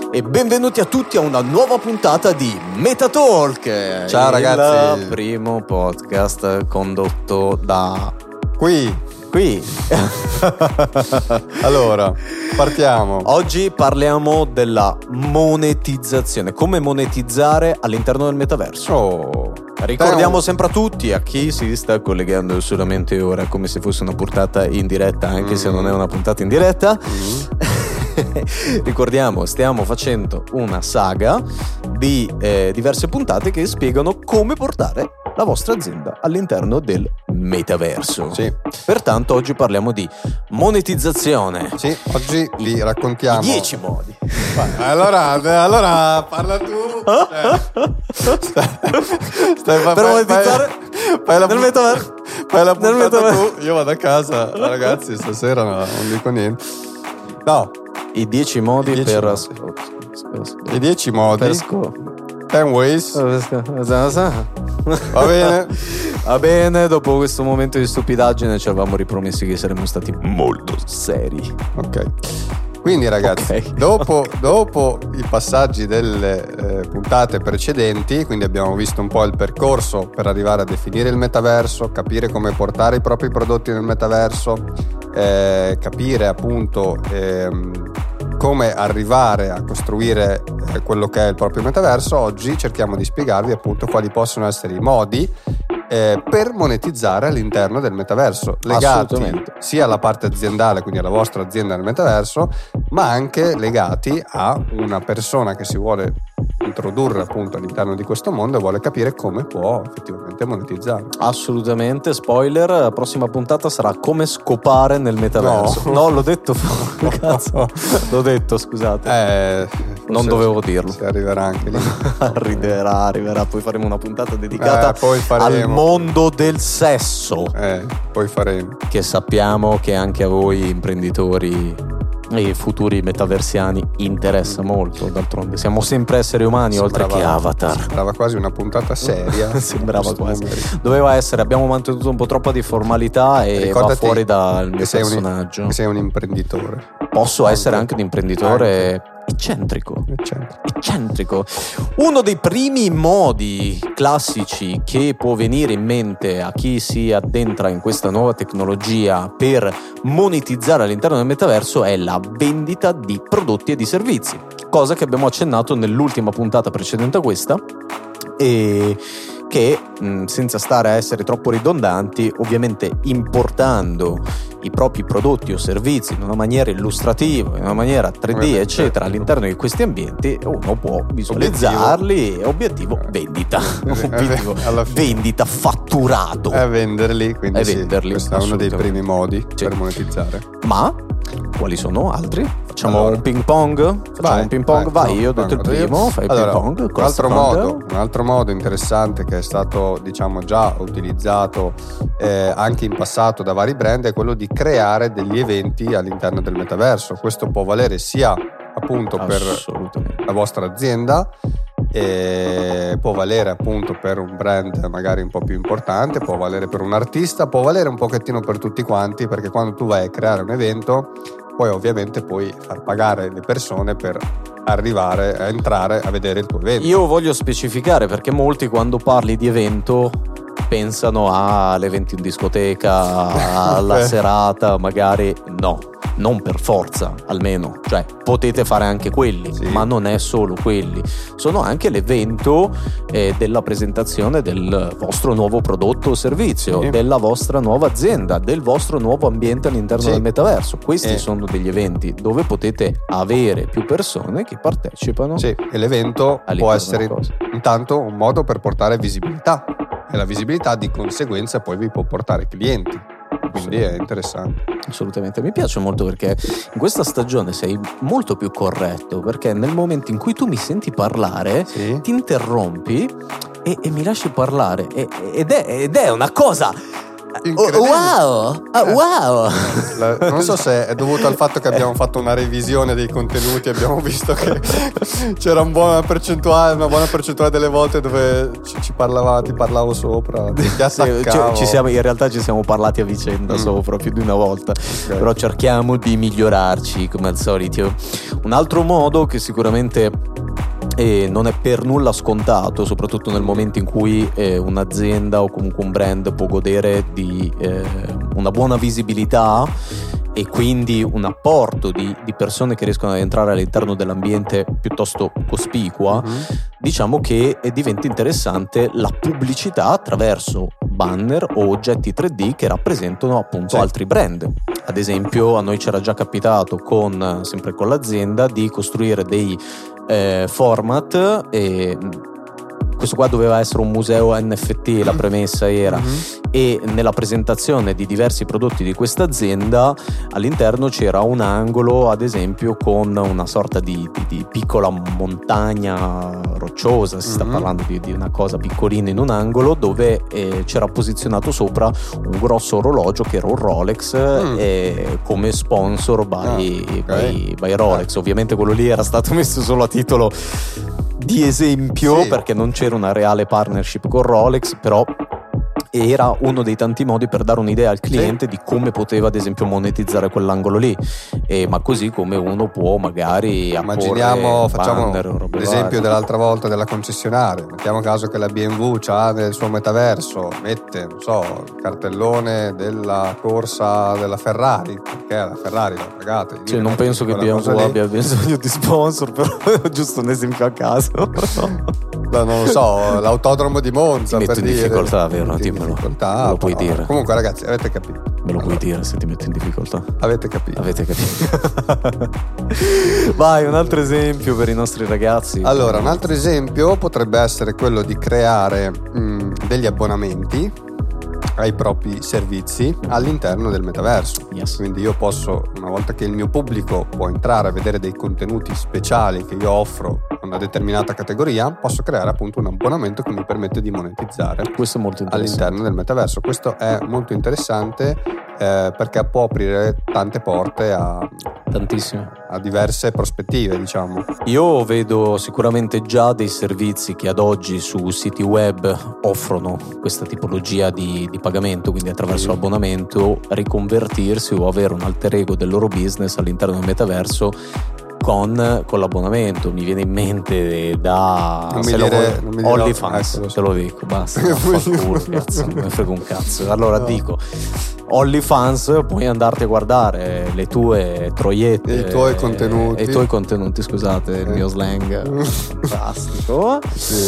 e benvenuti a tutti a una nuova puntata di Metatalk. Ciao ragazzi. Il primo podcast condotto da qui. Allora, partiamo. Oggi parliamo della monetizzazione, come monetizzare all'interno del metaverso. Ricordiamo sempre a tutti, a chi si sta collegando solamente ora, come se fosse una puntata in diretta, anche se non è una puntata in diretta. Ricordiamo, stiamo facendo una saga di diverse puntate che spiegano come portare la vostra azienda all'interno del metaverso. Sì. Pertanto oggi parliamo di monetizzazione. Sì, oggi vi raccontiamo 10 modi. Allora parla tu. Per monetizzare nel metaverso. Fai la puntata tu, io vado a casa. Ragazzi, stasera non dico niente. No. I 10 modi per... I 10 modi. 10 ways. Va bene. Va bene, dopo questo momento di stupidaggine ci avevamo ripromessi che saremmo stati molto seri. Ok. Quindi ragazzi, okay. dopo i passaggi delle puntate precedenti, quindi abbiamo visto un po' il percorso per arrivare a definire il metaverso, capire come portare i propri prodotti nel metaverso, capire appunto come arrivare a costruire quello che è il proprio metaverso. Oggi cerchiamo di spiegarvi appunto quali possono essere i modi per monetizzare all'interno del metaverso, legati sia alla parte aziendale, quindi alla vostra azienda nel metaverso, ma anche legati a una persona che si vuole introdurre appunto all'interno di questo mondo e vuole capire come può effettivamente monetizzare. Assolutamente, spoiler, la prossima puntata sarà come scopare nel metaverso. No, l'ho detto. Cazzo. L'ho detto, scusate. Non dovevo dirlo. Si arriverà anche lì. arriverà, poi faremo una puntata dedicata al mondo del sesso. Poi faremo. Che sappiamo che anche a voi imprenditori e futuri metaversiani interessa molto. D'altronde siamo sempre esseri umani, oltre che avatar. Sembrava quasi una puntata seria. Sembrava quasi. Doveva essere, abbiamo mantenuto un po' troppo di formalità e ricordati, va fuori dal mio personaggio. Che sei un imprenditore. Posso essere anche un imprenditore eccentrico. Uno dei primi modi classici che può venire in mente a chi si addentra in questa nuova tecnologia per monetizzare all'interno del metaverso è la vendita di prodotti e di servizi, cosa che abbiamo accennato nell'ultima puntata precedente a questa, e che senza stare a essere troppo ridondanti, ovviamente importando i propri prodotti o servizi in una maniera illustrativa, in una maniera 3D eccetera all'interno di questi ambienti, uno può visualizzarli. Obiettivo vendita. Obiettivo vendita, fatturato. Venderli, quindi questo è uno dei primi modi per monetizzare. Ma quali sono altri? Facciamo un ping pong? Vai, io ho detto il primo, fai il ping pong. Un altro modo interessante che è stato, diciamo, già utilizzato anche in passato da vari brand è quello di creare degli eventi all'interno del metaverso. Questo può valere sia appunto per la vostra azienda, può valere appunto per un brand magari un po' più importante, può valere per un artista, può valere un pochettino per tutti quanti, perché quando tu vai a creare un evento poi ovviamente puoi far pagare le persone per arrivare a entrare a vedere il tuo evento. Io voglio specificare, perché molti quando parli di evento pensano all'evento in discoteca, alla serata, magari non per forza, almeno, cioè potete fare anche quelli, ma non è solo quelli, sono anche l'evento della presentazione del vostro nuovo prodotto o servizio, della vostra nuova azienda, del vostro nuovo ambiente all'interno del metaverso. Questi sono degli eventi dove potete avere più persone che partecipano. E l'evento può essere intanto un modo per portare visibilità, e la visibilità di conseguenza poi vi può portare clienti, quindi è interessante. Assolutamente, mi piace molto perché in questa stagione sei molto più corretto, perché nel momento in cui tu mi senti parlare ti interrompi e mi lasci parlare ed è una cosa Wow! Non so se è dovuto al fatto che abbiamo fatto una revisione dei contenuti, abbiamo visto che c'era una buona percentuale delle volte dove ti parlavo sopra, ti attaccavo. In realtà ci siamo parlati a vicenda sopra più di una volta, okay. Però cerchiamo di migliorarci come al solito. Un altro modo che sicuramente non è per nulla scontato, soprattutto nel momento in cui un'azienda o comunque un brand può godere di una buona visibilità e quindi un apporto di persone che riescono ad entrare all'interno dell'ambiente piuttosto cospicua, diciamo che diventa interessante la pubblicità attraverso banner o oggetti 3D che rappresentano appunto altri brand. Ad esempio a noi c'era già capitato sempre con l'azienda di costruire dei format, e questo qua doveva essere un museo NFT, la premessa era, e nella presentazione di diversi prodotti di questa azienda all'interno c'era un angolo, ad esempio, con una sorta di piccola montagna rocciosa, si sta parlando di una cosa piccolina in un angolo, dove c'era posizionato sopra un grosso orologio che era un Rolex, come sponsor by Rolex. Ovviamente quello lì era stato messo solo a titolo di esempio, perché non c'era una reale partnership con Rolex, però era uno dei tanti modi per dare un'idea al cliente di come poteva ad esempio monetizzare quell'angolo lì, ma così come uno può magari facciamo l'esempio dell'altra volta della concessionaria. Mettiamo caso che la BMW c'ha nel suo metaverso, mette il cartellone della corsa della Ferrari, perché la Ferrari l'ha pagata, non penso che BMW abbia bisogno di sponsor, però è giusto un esempio a caso. Non lo so, l'autodromo di Monza, ti metto in difficoltà, vero? Me lo puoi dire. Comunque ragazzi, avete capito. Me lo puoi dire se ti metto in difficoltà. Avete capito. Vai, un altro esempio per i nostri ragazzi. Allora, un altro esempio potrebbe essere quello di creare degli abbonamenti ai propri servizi all'interno del metaverso. Quindi io posso, una volta che il mio pubblico può entrare a vedere dei contenuti speciali che io offro a una determinata categoria, posso creare appunto un abbonamento che mi permette di monetizzare. Questo è molto interessante. All'interno del metaverso. Questo è molto interessante perché può aprire tante porte a diverse prospettive, diciamo. Io vedo sicuramente già dei servizi che ad oggi su siti web offrono questa tipologia di pagamento, quindi attraverso l'abbonamento riconvertirsi o avere un alter ego del loro business all'interno del metaverso con l'abbonamento. Mi viene in mente OnlyFans, te lo dico, basta, cazzo, non me ne frega un cazzo. Allora dico OnlyFans, puoi andarti a guardare le tue troiette, i tuoi contenuti, scusate il mio slang fantastico,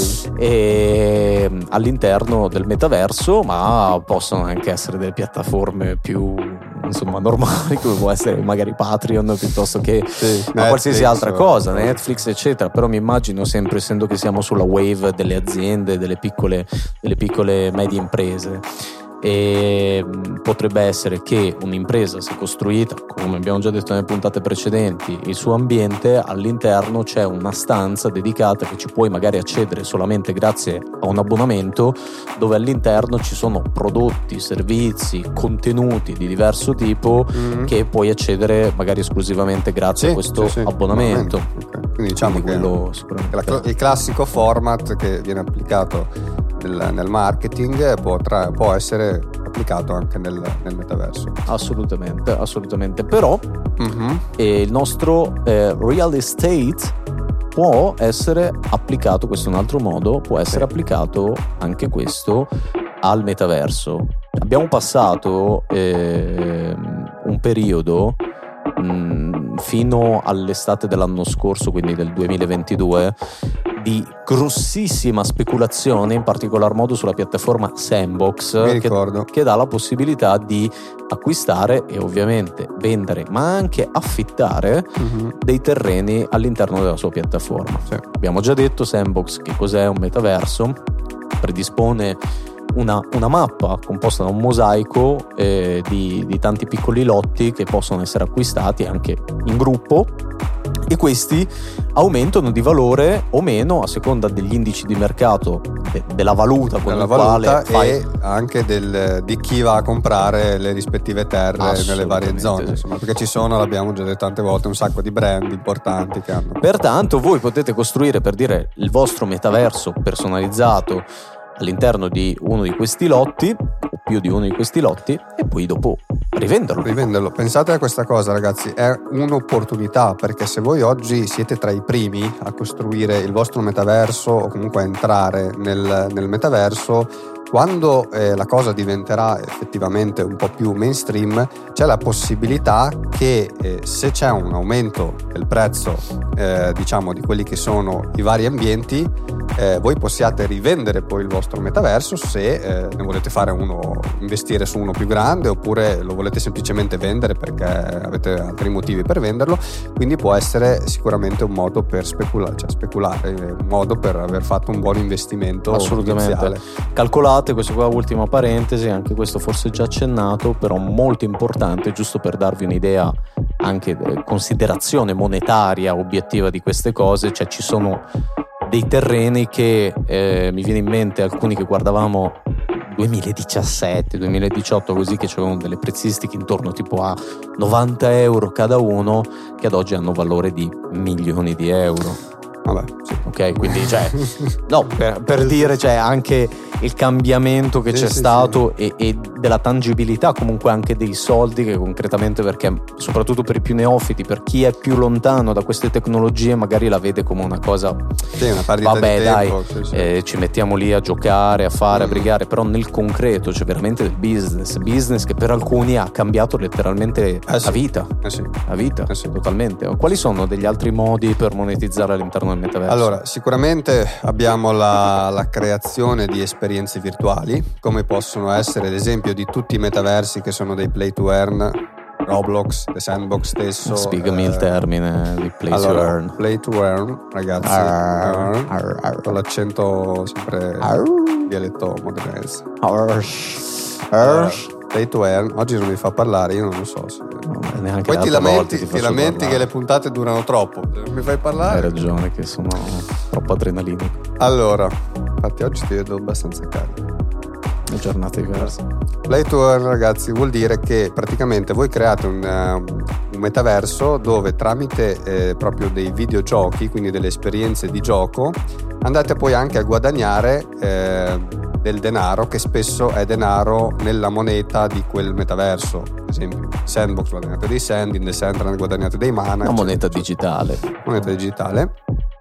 e all'interno del metaverso, ma possono anche essere delle piattaforme più normali, come può essere magari Patreon piuttosto che qualsiasi altra cosa, Netflix eccetera. Però mi immagino sempre, essendo che siamo sulla wave delle aziende, delle piccole medie imprese, e potrebbe essere che un'impresa si è costruita, come abbiamo già detto nelle puntate precedenti, il suo ambiente, all'interno c'è una stanza dedicata che ci puoi magari accedere solamente grazie a un abbonamento, dove all'interno ci sono prodotti, servizi, contenuti di diverso tipo che puoi accedere magari esclusivamente grazie a questo abbonamento. Quindi diciamo che il classico format che viene applicato nel marketing può essere applicato anche nel metaverso. Assolutamente. Però il nostro real estate può essere applicato, questo è un altro modo, può essere applicato anche questo al metaverso. Abbiamo passato un periodo fino all'estate dell'anno scorso, quindi del 2022, di grossissima speculazione, in particolar modo sulla piattaforma Sandbox, che dà la possibilità di acquistare e ovviamente vendere, ma anche affittare dei terreni all'interno della sua piattaforma. Abbiamo già detto Sandbox che cos'è: un metaverso, predispone una mappa composta da un mosaico di tanti piccoli lotti che possono essere acquistati anche in gruppo, e questi aumentano di valore o meno a seconda degli indici di mercato, della valuta con la quale fai... e anche di chi va a comprare le rispettive terre nelle varie zone, insomma, perché ci sono, l'abbiamo già detto tante volte, un sacco di brand importanti che hanno. Pertanto voi potete costruire, per dire, il vostro metaverso personalizzato all'interno di uno di questi lotti o più di uno di questi lotti, e poi dopo rivenderlo. Pensate a questa cosa, ragazzi, è un'opportunità, perché se voi oggi siete tra i primi a costruire il vostro metaverso o comunque a entrare nel metaverso, quando la cosa diventerà effettivamente un po' più mainstream, c'è la possibilità che se c'è un aumento del prezzo diciamo di quelli che sono i vari ambienti, voi possiate rivendere poi il vostro metaverso se ne volete fare uno, investire su uno più grande, oppure lo volete semplicemente vendere perché avete altri motivi per venderlo. Quindi può essere sicuramente un modo per speculare, un modo per aver fatto un buon investimento. Assolutamente iniziale. Calcolate, questo qua, ultima parentesi, anche questo forse già accennato, però molto importante, giusto per darvi un'idea anche considerazione monetaria obiettiva di queste cose. Cioè, ci sono dei terreni che mi viene in mente alcuni che guardavamo 2017, 2018 così, che c'erano delle prezzistiche intorno tipo a 90 euro cada uno, che ad oggi hanno valore di milioni di euro. Vabbè, sì. Ok, quindi cioè no, per dire, cioè, anche il cambiamento che c'è stato. E della tangibilità comunque anche dei soldi che concretamente, perché soprattutto per i più neofiti, per chi è più lontano da queste tecnologie, magari la vede come una cosa, una perdita vabbè, di tempo, dai, ci mettiamo lì a giocare, a fare, a brigare, però nel concreto c'è veramente del business che per alcuni ha cambiato letteralmente la vita. La vita, totalmente. Quali sono degli altri modi per monetizzare all'interno del metaverso? Allora, sicuramente abbiamo la creazione di esperienze virtuali, come possono essere ad esempio di tutti i metaversi che sono dei play to earn, Roblox, The Sandbox stesso. Spiegami il termine di play to earn. Play to earn, ragazzi, con l'accento sempre dialetto modenese. Play to earn, oggi non mi fa parlare, io non lo so se... Poi ti lamenti che le puntate durano troppo, non mi fai parlare. Hai ragione, che sono troppo adrenalinico. Allora, infatti oggi ti vedo abbastanza carico. Le giornate diverse. Play to earn, ragazzi, vuol dire che praticamente voi create un metaverso dove tramite proprio dei videogiochi, quindi delle esperienze di gioco, andate poi anche a guadagnare del denaro, che spesso è denaro nella moneta di quel metaverso. Ad esempio, Sandbox guadagnate dei sand, in The Sandbox guadagnate dei mana. Una moneta digitale. Moneta digitale.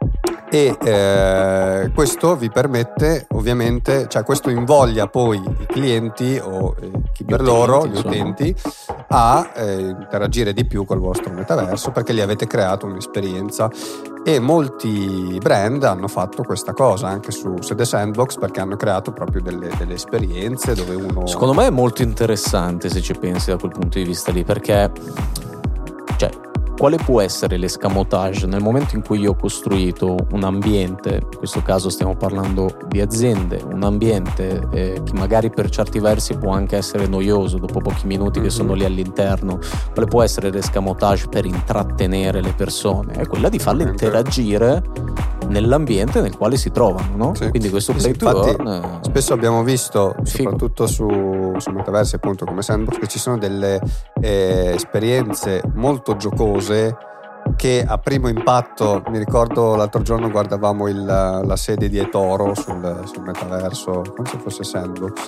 E questo vi permette, ovviamente, cioè questo invoglia poi i clienti o chi per loro, gli utenti, a interagire di più col vostro metaverso, perché gli avete creato un'esperienza. E molti brand hanno fatto questa cosa anche su The Sandbox, perché hanno creato proprio delle esperienze dove uno... Secondo me è molto interessante se ci pensi da quel punto di vista lì, perché cioè, quale può essere l'escamotage nel momento in cui io ho costruito un ambiente, in questo caso stiamo parlando di aziende, un ambiente che magari per certi versi può anche essere noioso dopo pochi minuti che sono lì all'interno, quale può essere l'escamotage per intrattenere le persone? È quella di farle interagire nell'ambiente nel quale si trovano, no? Sì. Quindi questo play to earn spesso abbiamo visto, soprattutto su metaversi appunto come Sandbox, che ci sono delle esperienze molto giocose che a primo impatto, mi ricordo l'altro giorno guardavamo la sede di eToro sul metaverso, penso fosse Sandbox,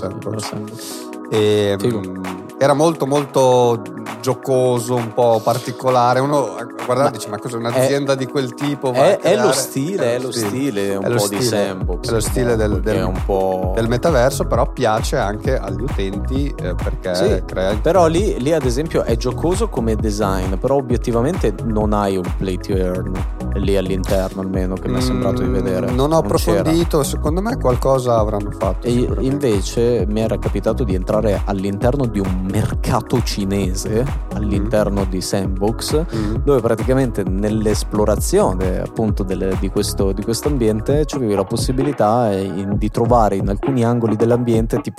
e era molto molto giocoso, un po' particolare. Uno guarda dice: ma cos'è un'azienda di quel tipo? È lo stile un po' di Sandbox, è lo stile del metaverso, però piace anche agli utenti perché crea. Però lì ad esempio è giocoso come design, però obiettivamente non hai un play to earn. lì all'interno, almeno che mi è sembrato di vedere. Non ho approfondito, secondo me qualcosa avranno fatto. E invece mi era capitato di entrare all'interno di un mercato cinese, all'interno di Sandbox, dove praticamente nell'esplorazione appunto di questo ambiente c'avevi la possibilità di trovare in alcuni angoli dell'ambiente tipo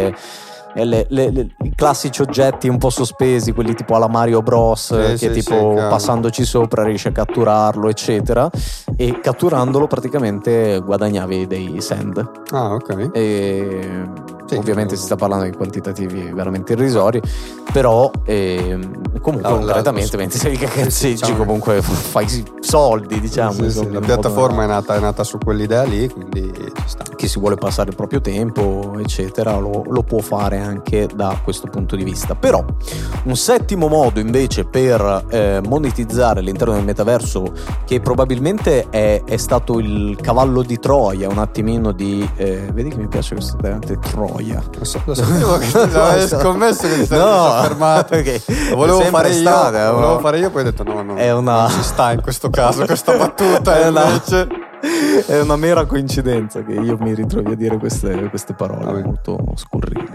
i classici oggetti un po' sospesi, quelli tipo alla Mario Bros, passandoci sopra riesci a catturarlo, eccetera, e catturandolo praticamente guadagnavi dei sand. Ok. E ovviamente si sta parlando di quantitativi veramente irrisori, però comunque concretamente mentre sei che cazzeggi, comunque fai soldi, diciamo. La piattaforma è nata su quell'idea lì, quindi ci sta. Chi si vuole passare il proprio tempo, eccetera, lo può fare anche da questo punto di vista. Però un settimo modo invece per monetizzare all'interno del metaverso, che probabilmente è stato il cavallo di Troia un attimino di vedi che mi piace questo termine Troia, lo sapevo che avevi scommesso che ti saresti fermato. Okay. Lo volevo fare io, poi ho detto no, non ci sta in questo caso questa battuta. È una mera coincidenza che io mi ritrovi a dire queste parole molto scurrili.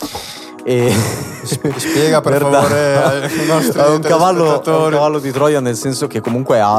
Spiega per favore ai nostri un cavallo di Troia, nel senso che comunque ha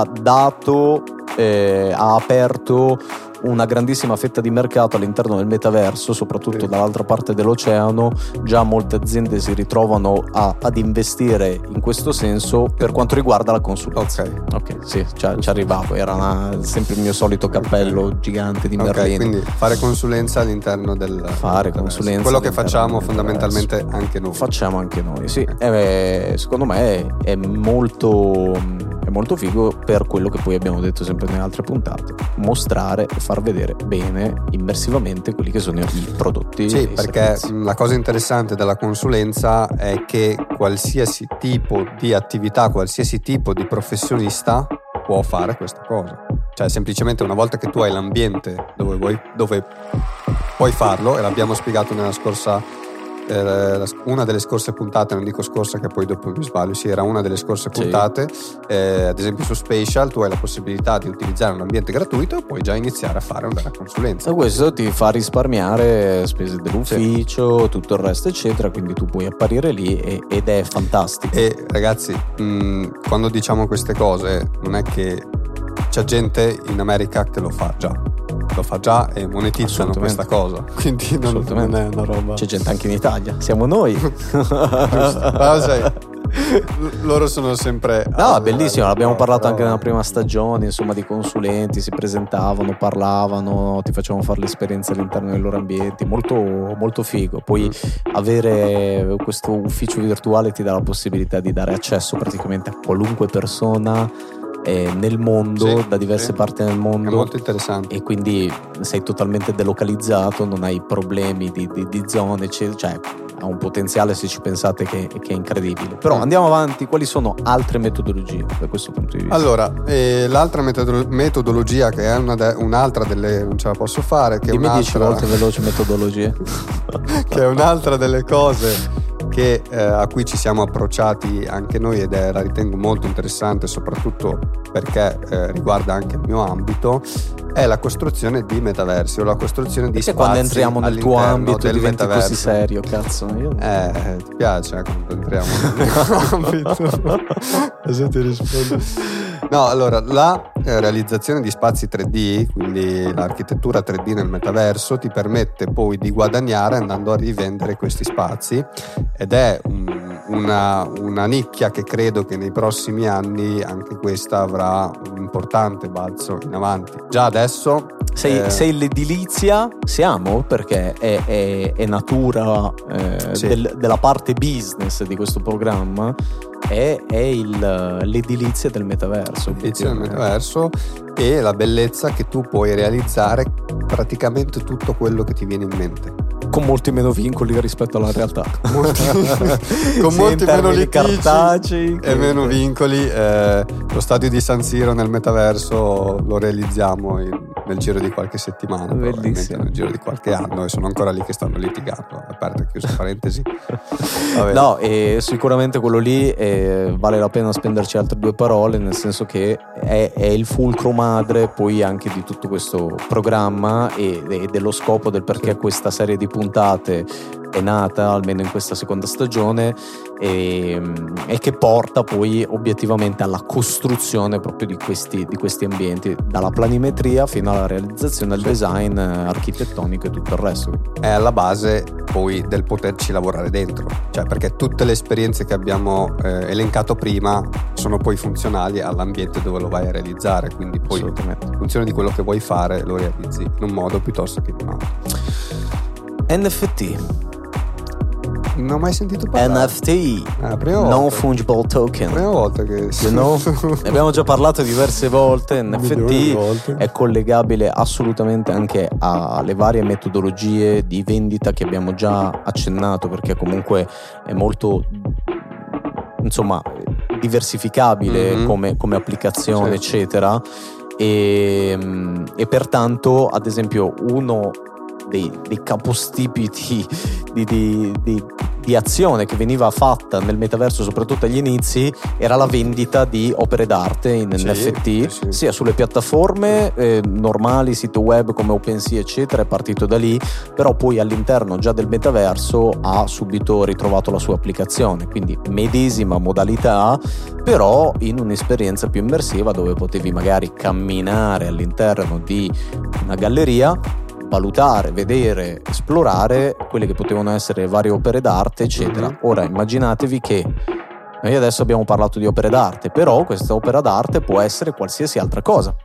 aperto una grandissima fetta di mercato all'interno del metaverso, soprattutto dall'altra parte dell'oceano. Già molte aziende si ritrovano ad investire in questo senso per quanto riguarda la consulenza. Ok, sì, ci arrivavo, era sempre il mio solito cappello gigante di Merlino. Quindi fare consulenza all'interno del consulenza, quello che facciamo fondamentalmente anche noi. Facciamo anche noi, sì. Secondo me è molto figo per quello che poi abbiamo detto sempre nelle altre puntate: mostrare e far vedere bene immersivamente quelli che sono i prodotti. Sì, perché la cosa interessante della consulenza è che qualsiasi tipo di attività, qualsiasi tipo di professionista può fare questa cosa. Cioè semplicemente una volta che tu hai l'ambiente dove puoi farlo, e l'abbiamo spiegato nella scorsa una delle scorse puntate, non dico scorsa che poi dopo mi sbaglio, era una delle scorse puntate, ad esempio su Spatial tu hai la possibilità di utilizzare un ambiente gratuito e puoi già iniziare a fare una consulenza, e questo ti fa risparmiare spese dell'ufficio, tutto il resto eccetera, quindi tu puoi apparire lì ed è fantastico. E ragazzi, quando diciamo queste cose non è che c'è gente in America che lo fa già e monetizzano questa cosa, quindi non è una roba. C'è gente anche in Italia, siamo noi. Loro sono sempre bellissimo, l'abbiamo parlato anche nella prima stagione, insomma, di consulenti, si presentavano, parlavano, ti facevano fare l'esperienza all'interno dei loro ambienti, molto, molto figo. Poi avere questo ufficio virtuale ti dà la possibilità di dare accesso praticamente a qualunque persona nel mondo, da diverse parti del mondo. È molto interessante. E quindi sei totalmente delocalizzato, non hai problemi di zone, cioè ha un potenziale, se ci pensate, che è incredibile. Però andiamo avanti. Quali sono altre metodologie da questo punto di vista? Allora, l'altra metodologia, che è un'altra delle, non ce la posso fare, che dimmi 10 volte veloce metodologie che è un'altra delle cose a cui ci siamo approcciati anche noi, ed la ritengo molto interessante, soprattutto perché riguarda anche il mio ambito, è la costruzione di metaversi, o la costruzione di spazi. Quando entriamo nel tuo ambito diventi metaverso così serio, cazzo. Ti piace quando entriamo nel tuo ambito? Cosa ti rispondo? No, allora, la realizzazione di spazi 3D, quindi l'architettura 3D nel metaverso, ti permette poi di guadagnare andando a rivendere questi spazi, ed è una nicchia che credo che nei prossimi anni anche questa avrà un importante balzo in avanti. Già adesso sei l'edilizia, siamo, perché è natura della parte business di questo programma, è l'edilizia del metaverso. L'edilizia del metaverso, e la bellezza che tu puoi realizzare praticamente tutto quello che ti viene in mente, con molti meno vincoli rispetto alla realtà. Con molti meno litigi cartacei e meno vincoli. Lo stadio di San Siro nel metaverso lo realizziamo in nel giro di qualche settimana, probabilmente nel giro di qualche anno, e sono ancora lì che stanno litigando, aperta e chiusa parentesi. No, e sicuramente quello lì vale la pena spenderci altre due parole, nel senso che è il fulcro madre poi anche di tutto questo programma e dello scopo del perché questa serie di puntate è nata, almeno in questa seconda stagione, e che porta poi obiettivamente alla costruzione proprio di questi ambienti, dalla planimetria fino alla realizzazione, al design architettonico e tutto il resto. È alla base poi del poterci lavorare dentro, cioè perché tutte le esperienze che abbiamo elencato prima sono poi funzionali all'ambiente dove lo vai a realizzare, quindi poi in funzione di quello che vuoi fare lo realizzi in un modo piuttosto che in un altro. NFT. Non ho mai sentito parlare. NFT, non fungible token. Prima volta che ne abbiamo già parlato diverse volte. NFT è collegabile assolutamente anche alle varie metodologie di vendita che abbiamo già accennato, perché comunque è molto, insomma, diversificabile come applicazione, eccetera. E pertanto, ad esempio, uno dei capostipiti di azione che veniva fatta nel metaverso, soprattutto agli inizi, era la vendita di opere d'arte in NFT, sia sulle piattaforme normali, sito web come OpenSea eccetera, è partito da lì, però poi all'interno già del metaverso ha subito ritrovato la sua applicazione, quindi medesima modalità, però in un'esperienza più immersiva, dove potevi magari camminare all'interno di una galleria, valutare, vedere, esplorare quelle che potevano essere varie opere d'arte, eccetera. Ora immaginatevi che noi adesso abbiamo parlato di opere d'arte, però questa opera d'arte può essere qualsiasi altra cosa,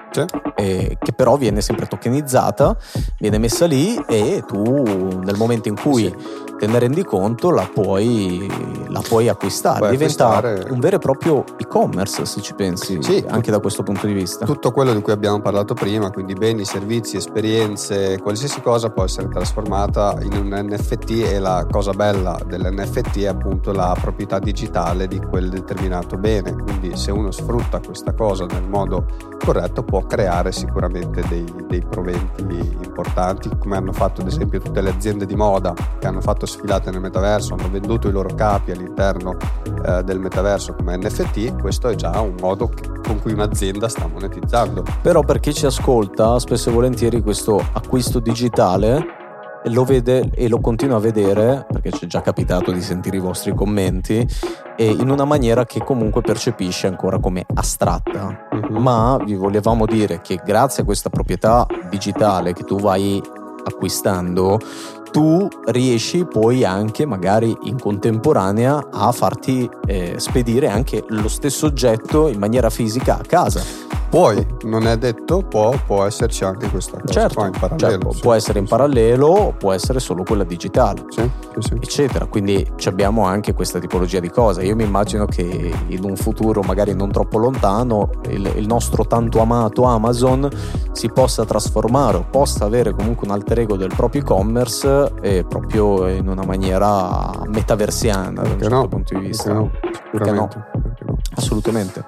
che però viene sempre tokenizzata, viene messa lì, e tu nel momento in cui te ne rendi conto la puoi acquistare. Diventa un vero e proprio e-commerce, se ci pensi, anche da questo punto di vista. Tutto quello di cui abbiamo parlato prima, quindi beni, servizi, esperienze, qualsiasi cosa può essere trasformata in un NFT, e la cosa bella dell'NFT è appunto la proprietà digitale di quel determinato bene, quindi se uno sfrutta questa cosa nel modo corretto può creare sicuramente dei proventi importanti, come hanno fatto ad esempio tutte le aziende di moda che hanno fatto sfilate nel metaverso, hanno venduto i loro capi all'interno del metaverso come NFT. Questo è già un modo con cui un'azienda sta monetizzando. Però per chi ci ascolta, spesso e volentieri questo acquisto digitale lo vede e lo continua a vedere, perché ci è già capitato di sentire i vostri commenti, e in una maniera che comunque percepisce ancora come astratta. Ma vi volevamo dire che grazie a questa proprietà digitale che tu vai acquistando, tu riesci poi anche magari in contemporanea a farti spedire anche lo stesso oggetto in maniera fisica a casa. Poi non è detto, può esserci anche questa cosa qua in parallelo. Può essere in parallelo, può essere solo quella digitale, eccetera. Quindi abbiamo anche questa tipologia di cose. Io mi immagino che in un futuro magari non troppo lontano il nostro tanto amato Amazon si possa trasformare, o possa avere comunque un alter ego del proprio e-commerce, proprio in una maniera metaversiana da un certo punto di vista. Perché no? Assolutamente.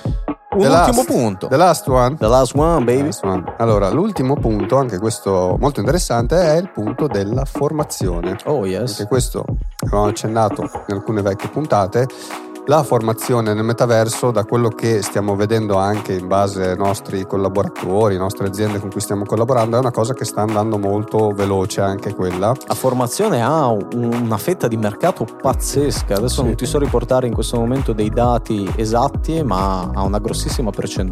Ultimo punto. The last one, baby. Last one. Allora, l'ultimo punto, anche questo molto interessante, è il punto della formazione. Oh yes. Anche questo avevamo accennato in alcune vecchie puntate. La formazione nel metaverso, da quello che stiamo vedendo anche in base ai nostri collaboratori, nostre aziende con cui stiamo collaborando, è una cosa che sta andando molto veloce anche quella. La formazione ha una fetta di mercato pazzesca. Adesso non ti so riportare in questo momento dei dati esatti, ma ha una grossissima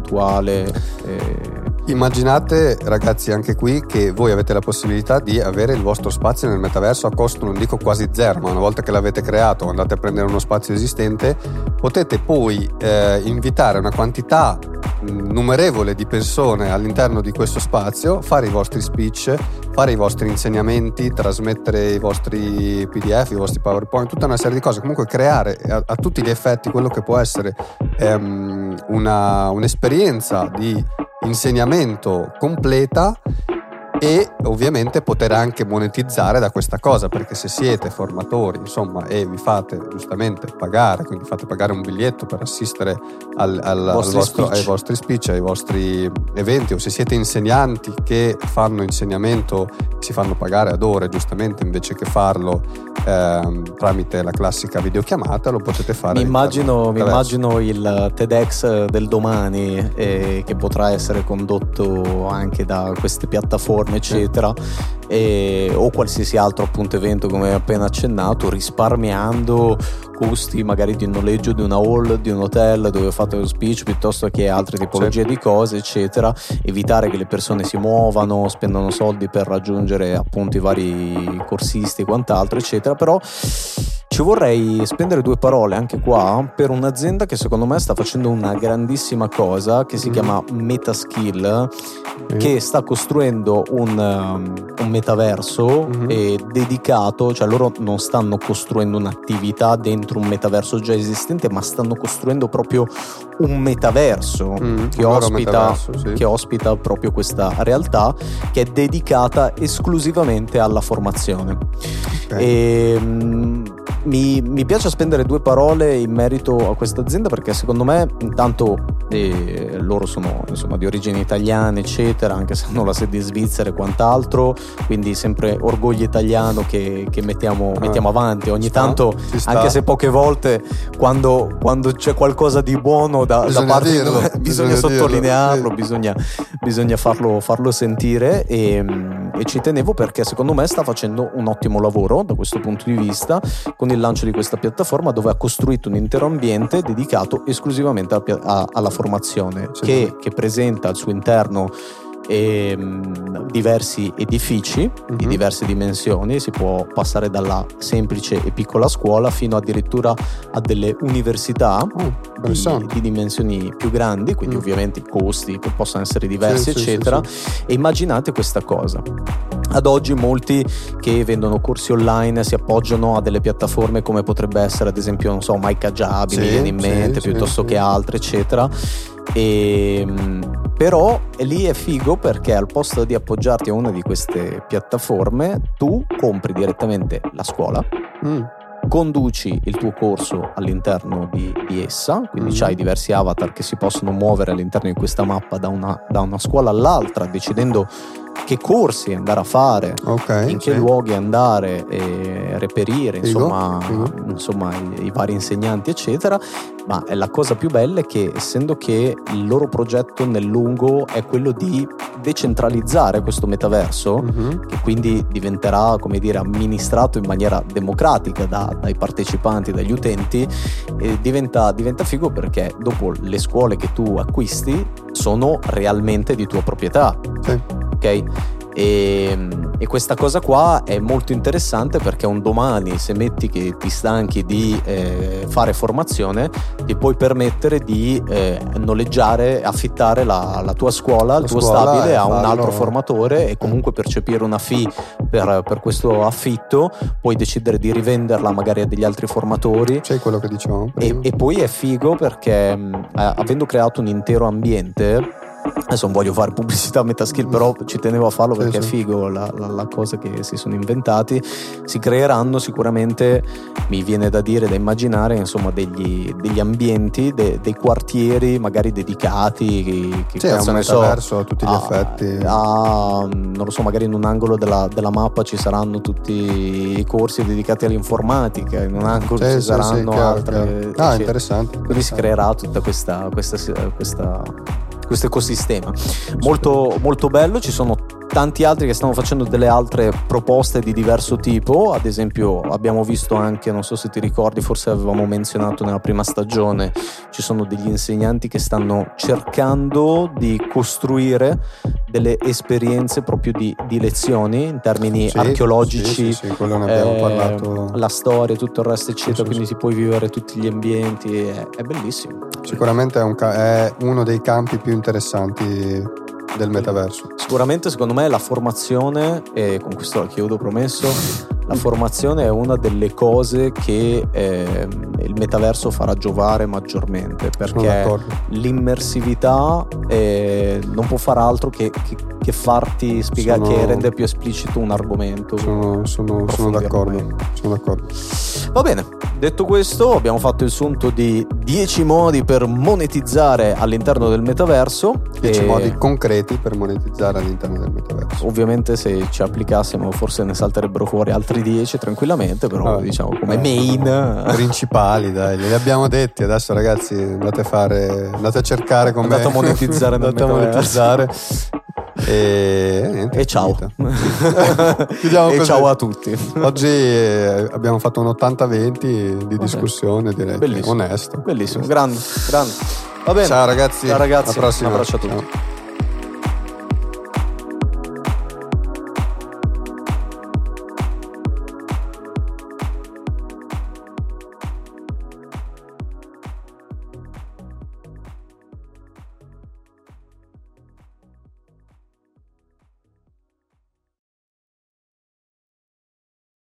percentuale. Immaginate, ragazzi, anche qui che voi avete la possibilità di avere il vostro spazio nel metaverso a costo, non dico quasi zero, ma una volta che l'avete creato, andate a prendere uno spazio esistente, potete poi invitare una quantità numerevole di persone all'interno di questo spazio, fare i vostri speech, fare i vostri insegnamenti, trasmettere i vostri PDF, i vostri PowerPoint, tutta una serie di cose, comunque creare a tutti gli effetti quello che può essere un'esperienza di insegnamento completa e ovviamente poter anche monetizzare da questa cosa, perché se siete formatori insomma e vi fate giustamente pagare, quindi fate pagare un biglietto per assistere ai vostri speech, ai vostri eventi, o se siete insegnanti che fanno insegnamento, si fanno pagare ad ore giustamente invece che farlo tramite la classica videochiamata, lo potete fare. Mi immagino il TEDx del domani che potrà essere condotto anche da queste piattaforme eccetera, o qualsiasi altro appunto evento come appena accennato, risparmiando costi magari di un noleggio di una hall, di un hotel dove fate lo speech, piuttosto che altre tipologie di cose eccetera, evitare che le persone si muovano, spendano soldi per raggiungere appunto i vari corsisti e quant'altro eccetera. Però ci vorrei spendere due parole anche qua per un'azienda che secondo me sta facendo una grandissima cosa, che si chiama Metaskill, che sta costruendo un metaverso dedicato, cioè loro non stanno costruendo un'attività dentro un metaverso già esistente, ma stanno costruendo proprio un metaverso che ospita proprio questa realtà, che è dedicata esclusivamente alla formazione. Mi piace spendere due parole in merito a questa azienda, perché secondo me intanto loro sono insomma di origini italiane eccetera, anche se hanno la sede in Svizzera e quant'altro, quindi sempre orgoglio italiano che mettiamo avanti ogni tanto, anche se poche volte quando c'è qualcosa di buono da parte bisogna sottolinearlo, bisogna farlo sentire, e ci tenevo perché secondo me sta facendo un ottimo lavoro da questo punto di vista con il lancio di questa piattaforma, dove ha costruito un intero ambiente dedicato esclusivamente alla formazione, che presenta al suo interno diversi edifici di diverse dimensioni. Si può passare dalla semplice e piccola scuola fino addirittura a delle università di dimensioni più grandi, quindi ovviamente i costi che possono essere diversi eccetera. E immaginate questa cosa: ad oggi molti che vendono corsi online si appoggiano a delle piattaforme come potrebbe essere ad esempio, non so, MyKajabi, mi viene in mente, piuttosto che altre eccetera. Però lì è figo perché al posto di appoggiarti a una di queste piattaforme tu compri direttamente la scuola, conduci il tuo corso all'interno di essa, quindi c'hai diversi avatar che si possono muovere all'interno di questa mappa da una scuola all'altra, decidendo che corsi andare a fare, in che luoghi andare e reperire, insomma i vari insegnanti eccetera. Ma la cosa più bella è che, essendo che il loro progetto nel lungo è quello di decentralizzare questo metaverso, che quindi diventerà, come dire, amministrato in maniera democratica dai partecipanti, dagli utenti, diventa figo perché dopo le scuole che tu acquisti sono realmente di tua proprietà. Ok? E questa cosa qua è molto interessante perché un domani, se metti che ti stanchi di fare formazione, ti puoi permettere di noleggiare, affittare la tua scuola, il tuo stabile a un altro formatore e comunque percepire una fee per questo affitto. Puoi decidere di rivenderla magari a degli altri formatori. C'è quello che dicevamo prima. E poi è figo perché avendo creato un intero ambiente, adesso non voglio fare pubblicità a Metaskill, però ci tenevo a farlo perché è figo la cosa che si sono inventati. Si creeranno sicuramente, mi viene da dire, da immaginare, insomma, degli ambienti, dei quartieri magari dedicati, che cazzo ne so, a tutti gli effetti, non lo so, magari in un angolo della mappa ci saranno tutti i corsi dedicati all'informatica, in un angolo ci saranno altre. Interessante. Quindi si creerà tutta questo ecosistema molto, molto bello. Ci sono tanti altri che stanno facendo delle altre proposte di diverso tipo. Ad esempio abbiamo visto anche, non so se ti ricordi, forse avevamo menzionato nella prima stagione, ci sono degli insegnanti che stanno cercando di costruire delle esperienze proprio di lezioni in termini archeologici, quello ne abbiamo parlato, la storia, tutto il resto eccetera, quindi si puoi vivere tutti gli ambienti, è bellissimo. Sicuramente è uno dei campi più interessanti del metaverso. Sicuramente secondo me la formazione, e con questo la chiudo, promesso, la formazione è una delle cose che il metaverso farà giovare maggiormente, perché l'immersività non può far altro che farti spiegare, che rende più esplicito un argomento. Sono d'accordo. Va bene, detto questo, abbiamo fatto il sunto di 10 modi per monetizzare all'interno del metaverso. 10 modi concreti per monetizzare all'interno del metaverso. Ovviamente se ci applicassimo forse ne salterebbero fuori altri 10 tranquillamente, però diciamo come main principali, dai, li abbiamo detti. Adesso ragazzi andate a cercare come andate a monetizzare nel metaverso. E ciao. E ciao a tutti. Oggi abbiamo fatto un 80-20 di discussione, direi. Bellissimo. Onesto. Bellissimo, grande. Va bene. Ciao ragazzi. Ciao ragazzi. Alla prossima. Un abbraccio a tutti. Ciao.